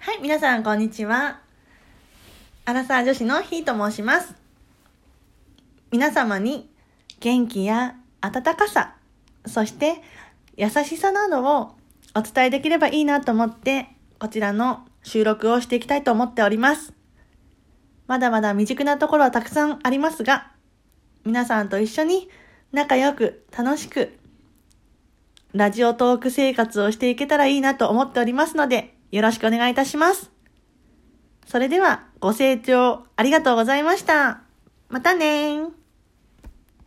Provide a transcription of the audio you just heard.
はい、皆さんこんにちは。アラサー女子のひーと申します。皆様に元気や温かさ、そして優しさなどをお伝えできればいいなと思って、こちらの収録をしていきたいと思っております。まだまだ未熟なところはたくさんありますが、皆さんと一緒に仲良く楽しくラジオトーク生活をしていけたらいいなと思っておりますので、よろしくお願いいたします。それではご清聴ありがとうございました。またねー。